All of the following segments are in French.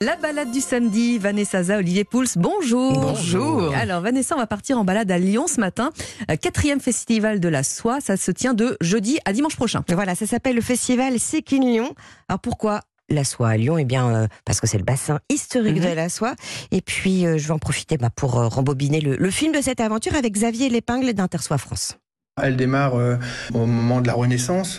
La balade du samedi, Vanessa Za, Olivier Pouls, bonjour. Bonjour. Alors Vanessa, on va partir en balade à Lyon ce matin. 4e festival de la soie, ça se tient de jeudi à dimanche prochain. Voilà, ça s'appelle le festival C'est in Lyon. Alors pourquoi la soie à Lyon? Eh bien, parce que c'est le bassin historique de la soie. Et puis, je vais en profiter pour rembobiner le film de cette aventure avec Xavier Lépingle d'Intersoie France. Elle démarre au moment de la Renaissance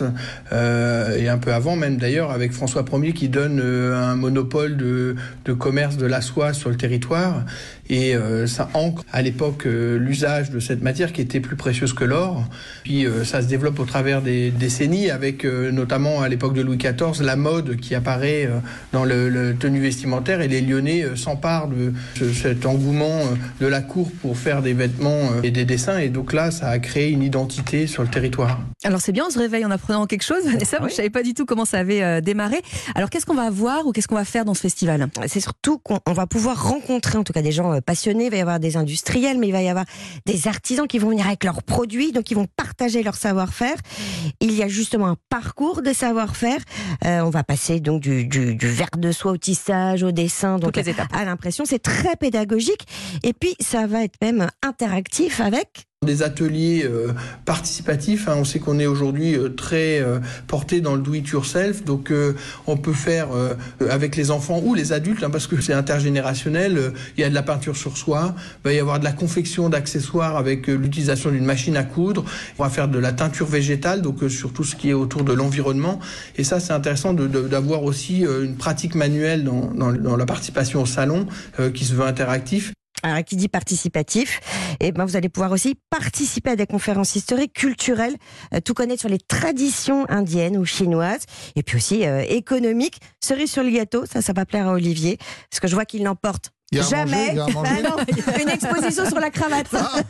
et un peu avant même d'ailleurs avec François Ier qui donne un monopole de commerce de la soie sur le territoire et ça ancre à l'époque l'usage de cette matière qui était plus précieuse que l'or. Puis ça se développe au travers des décennies avec notamment à l'époque de Louis XIV la mode qui apparaît dans le tenue vestimentaire et les Lyonnais s'emparent de cet engouement de la cour pour faire des vêtements et des dessins et donc là ça a créé une identité sur le territoire. Alors c'est bien, on se réveille en apprenant quelque chose. Vanessa, moi, je ne savais pas du tout comment ça avait démarré. Alors qu'est-ce qu'on va voir ou qu'est-ce qu'on va faire dans ce festival? C'est surtout qu'on va pouvoir rencontrer en tout cas des gens passionnés. Il va y avoir des industriels, mais il va y avoir des artisans qui vont venir avec leurs produits, donc ils vont partager leur savoir-faire. Il y a justement un parcours de savoir-faire. On va passer donc du verre de soie au tissage, au dessin, donc toutes les étapes. À l'impression. C'est très pédagogique. Et puis ça va être même interactif avec des ateliers participatifs. On sait qu'on est aujourd'hui très porté dans le do-it-yourself, donc on peut faire avec les enfants ou les adultes, parce que c'est intergénérationnel. Il y a de la peinture sur soie, il va y avoir de la confection d'accessoires avec l'utilisation d'une machine à coudre. On va faire de la teinture végétale, donc sur tout ce qui est autour de l'environnement. Et ça, c'est intéressant d'avoir aussi une pratique manuelle dans la participation au salon qui se veut interactif. Alors, qui dit participatif, vous allez pouvoir aussi participer à des conférences historiques, culturelles, tout connaître sur les traditions indiennes ou chinoises, et puis aussi économiques. Cerise sur le gâteau, ça va plaire à Olivier, parce que je vois qu'il n'emporte jamais. Une exposition sur la cravate.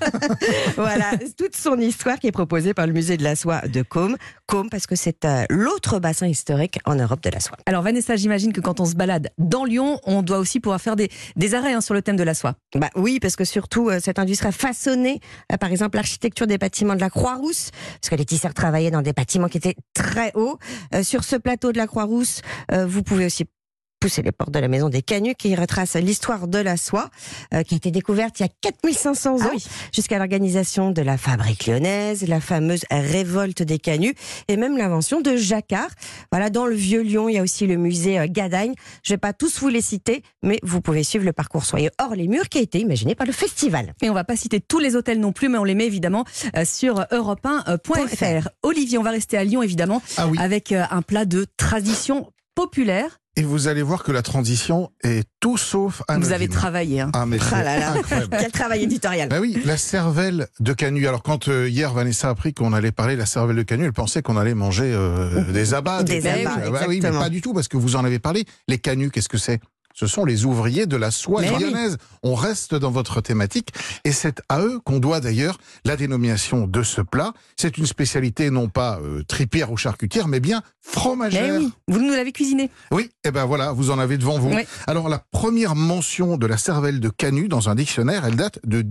Voilà, toute son histoire qui est proposée par le musée de la soie de Côme. Côme parce que c'est l'autre bassin historique en Europe de la soie. Alors Vanessa, j'imagine que quand on se balade dans Lyon, on doit aussi pouvoir faire des arrêts sur le thème de la soie. Oui, parce que surtout cette industrie a façonné par exemple l'architecture des bâtiments de la Croix-Rousse, parce que les tisseurs travaillaient dans des bâtiments qui étaient très hauts. Sur ce plateau de la Croix-Rousse, vous pouvez aussi pousser les portes de la maison des Canuts qui retrace l'histoire de la soie qui a été découverte il y a 4500 ans jusqu'à l'organisation de la fabrique lyonnaise, la fameuse révolte des Canuts et même l'invention de jacquard. Voilà, dans le vieux Lyon, il y a aussi le musée Gadagne. Je ne vais pas tous vous les citer, mais vous pouvez suivre le parcours soyeux hors les murs qui a été imaginé par le festival. Et on ne va pas citer tous les hôtels non plus, mais on les met évidemment sur europe1.fr. Olivier, on va rester à Lyon évidemment avec un plat de tradition populaire. Et vous allez voir que la transition est tout sauf anodine. Vous avez travaillé. Ah, mais c'est incroyable. Quel travail éditorial. Oui, la cervelle de Canut. Alors quand hier Vanessa a appris qu'on allait parler de la cervelle de Canut, elle pensait qu'on allait manger des abats. Des abats, oui, mais pas du tout, parce que vous en avez parlé. Les Canuts, qu'est-ce que c'est ? Ce sont les ouvriers de la soie lyonnaise. On reste dans votre thématique et c'est à eux qu'on doit d'ailleurs la dénomination de ce plat. C'est une spécialité non pas tripière ou charcutière, mais bien fromagère. Oui, vous nous l'avez cuisiné. Oui, et voilà, vous en avez devant vous. Oui. Alors la première mention de la cervelle de Canut dans un dictionnaire, elle date de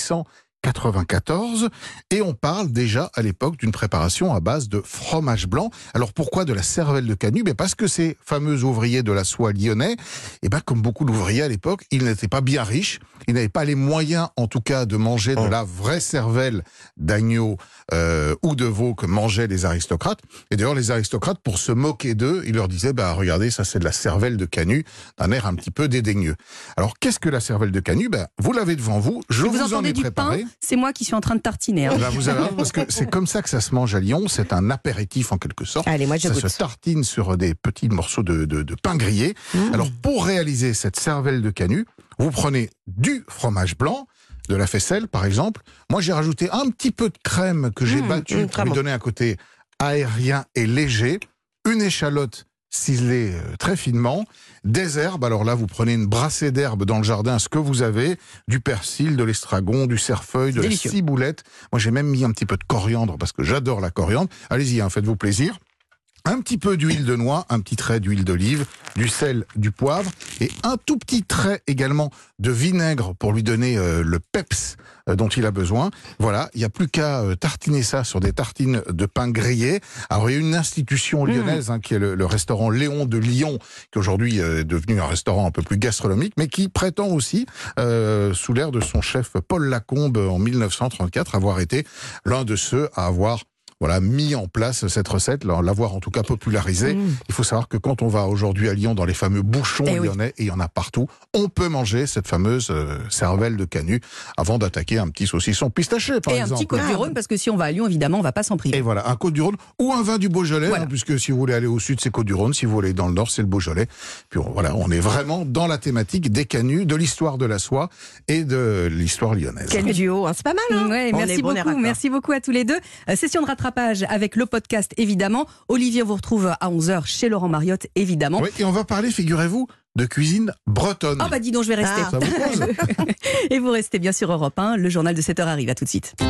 1894 et on parle déjà à l'époque d'une préparation à base de fromage blanc. Alors pourquoi de la cervelle de Canut ? Parce que ces fameux ouvriers de la soie lyonnais, comme beaucoup d'ouvriers à l'époque, ils n'étaient pas bien riches, ils n'avaient pas les moyens en tout cas de manger de la vraie cervelle d'agneau ou de veau que mangeaient les aristocrates. Et d'ailleurs les aristocrates, pour se moquer d'eux, ils leur disaient regardez, ça c'est de la cervelle de Canut, d'un air un petit peu dédaigneux. Alors qu'est-ce que la cervelle de Canut ? Vous l'avez devant vous, je vous en ai préparé. C'est moi qui suis en train de tartiner. Vous allez voir, parce que c'est comme ça que ça se mange à Lyon. C'est un apéritif en quelque sorte. Allez, moi, ça se tartine sur des petits morceaux de pain grillé. Alors pour réaliser cette cervelle de Canut, vous prenez du fromage blanc, de la faisselle par exemple. Moi j'ai rajouté un petit peu de crème que j'ai battue pour lui donner un côté aérien et léger. Une échalote ciselée très finement, des herbes, alors là vous prenez une brassée d'herbes dans le jardin, ce que vous avez, du persil, de l'estragon, du cerfeuil, de la ciboulette. Moi j'ai même mis un petit peu de coriandre parce que j'adore la coriandre. Allez-y, faites-vous plaisir. un petit peu d'huile de noix, un petit trait d'huile d'olive, du sel, du poivre et un tout petit trait également de vinaigre pour lui donner le peps dont il a besoin. Voilà, il n'y a plus qu'à tartiner ça sur des tartines de pain grillé. Alors il y a une institution lyonnaise qui est le restaurant Léon de Lyon, qui aujourd'hui est devenu un restaurant un peu plus gastronomique, mais qui prétend aussi, sous l'ère de son chef Paul Lacombe en 1934, avoir été l'un de ceux à avoir mis en place cette recette, l'avoir en tout cas popularisée. Il faut savoir que quand on va aujourd'hui à Lyon dans les fameux bouchons lyonnais, et il y en a partout, on peut manger cette fameuse cervelle de canut avant d'attaquer un petit saucisson pistaché, par exemple. Et un petit Côtes-du-Rhône, parce que si on va à Lyon, évidemment, on va pas s'en priver. Et voilà, un Côtes-du-Rhône ou un vin du Beaujolais, puisque si vous voulez aller au sud, c'est Côtes-du-Rhône, si vous voulez dans le nord, c'est le Beaujolais. Puis on est vraiment dans la thématique des canuts, de l'histoire de la soie et de l'histoire lyonnaise. Quel duo, c'est pas mal. Ouais, merci beaucoup à tous les deux. Session de rattrapage avec le podcast, évidemment. Olivier vous retrouve à 11h chez Laurent Mariotte, évidemment. Oui, et on va parler, figurez-vous, de cuisine bretonne. Ah bah dis donc, je vais rester. Ça vous pose. Et vous restez bien sur Europe 1, le journal de 7h arrive, à tout de suite.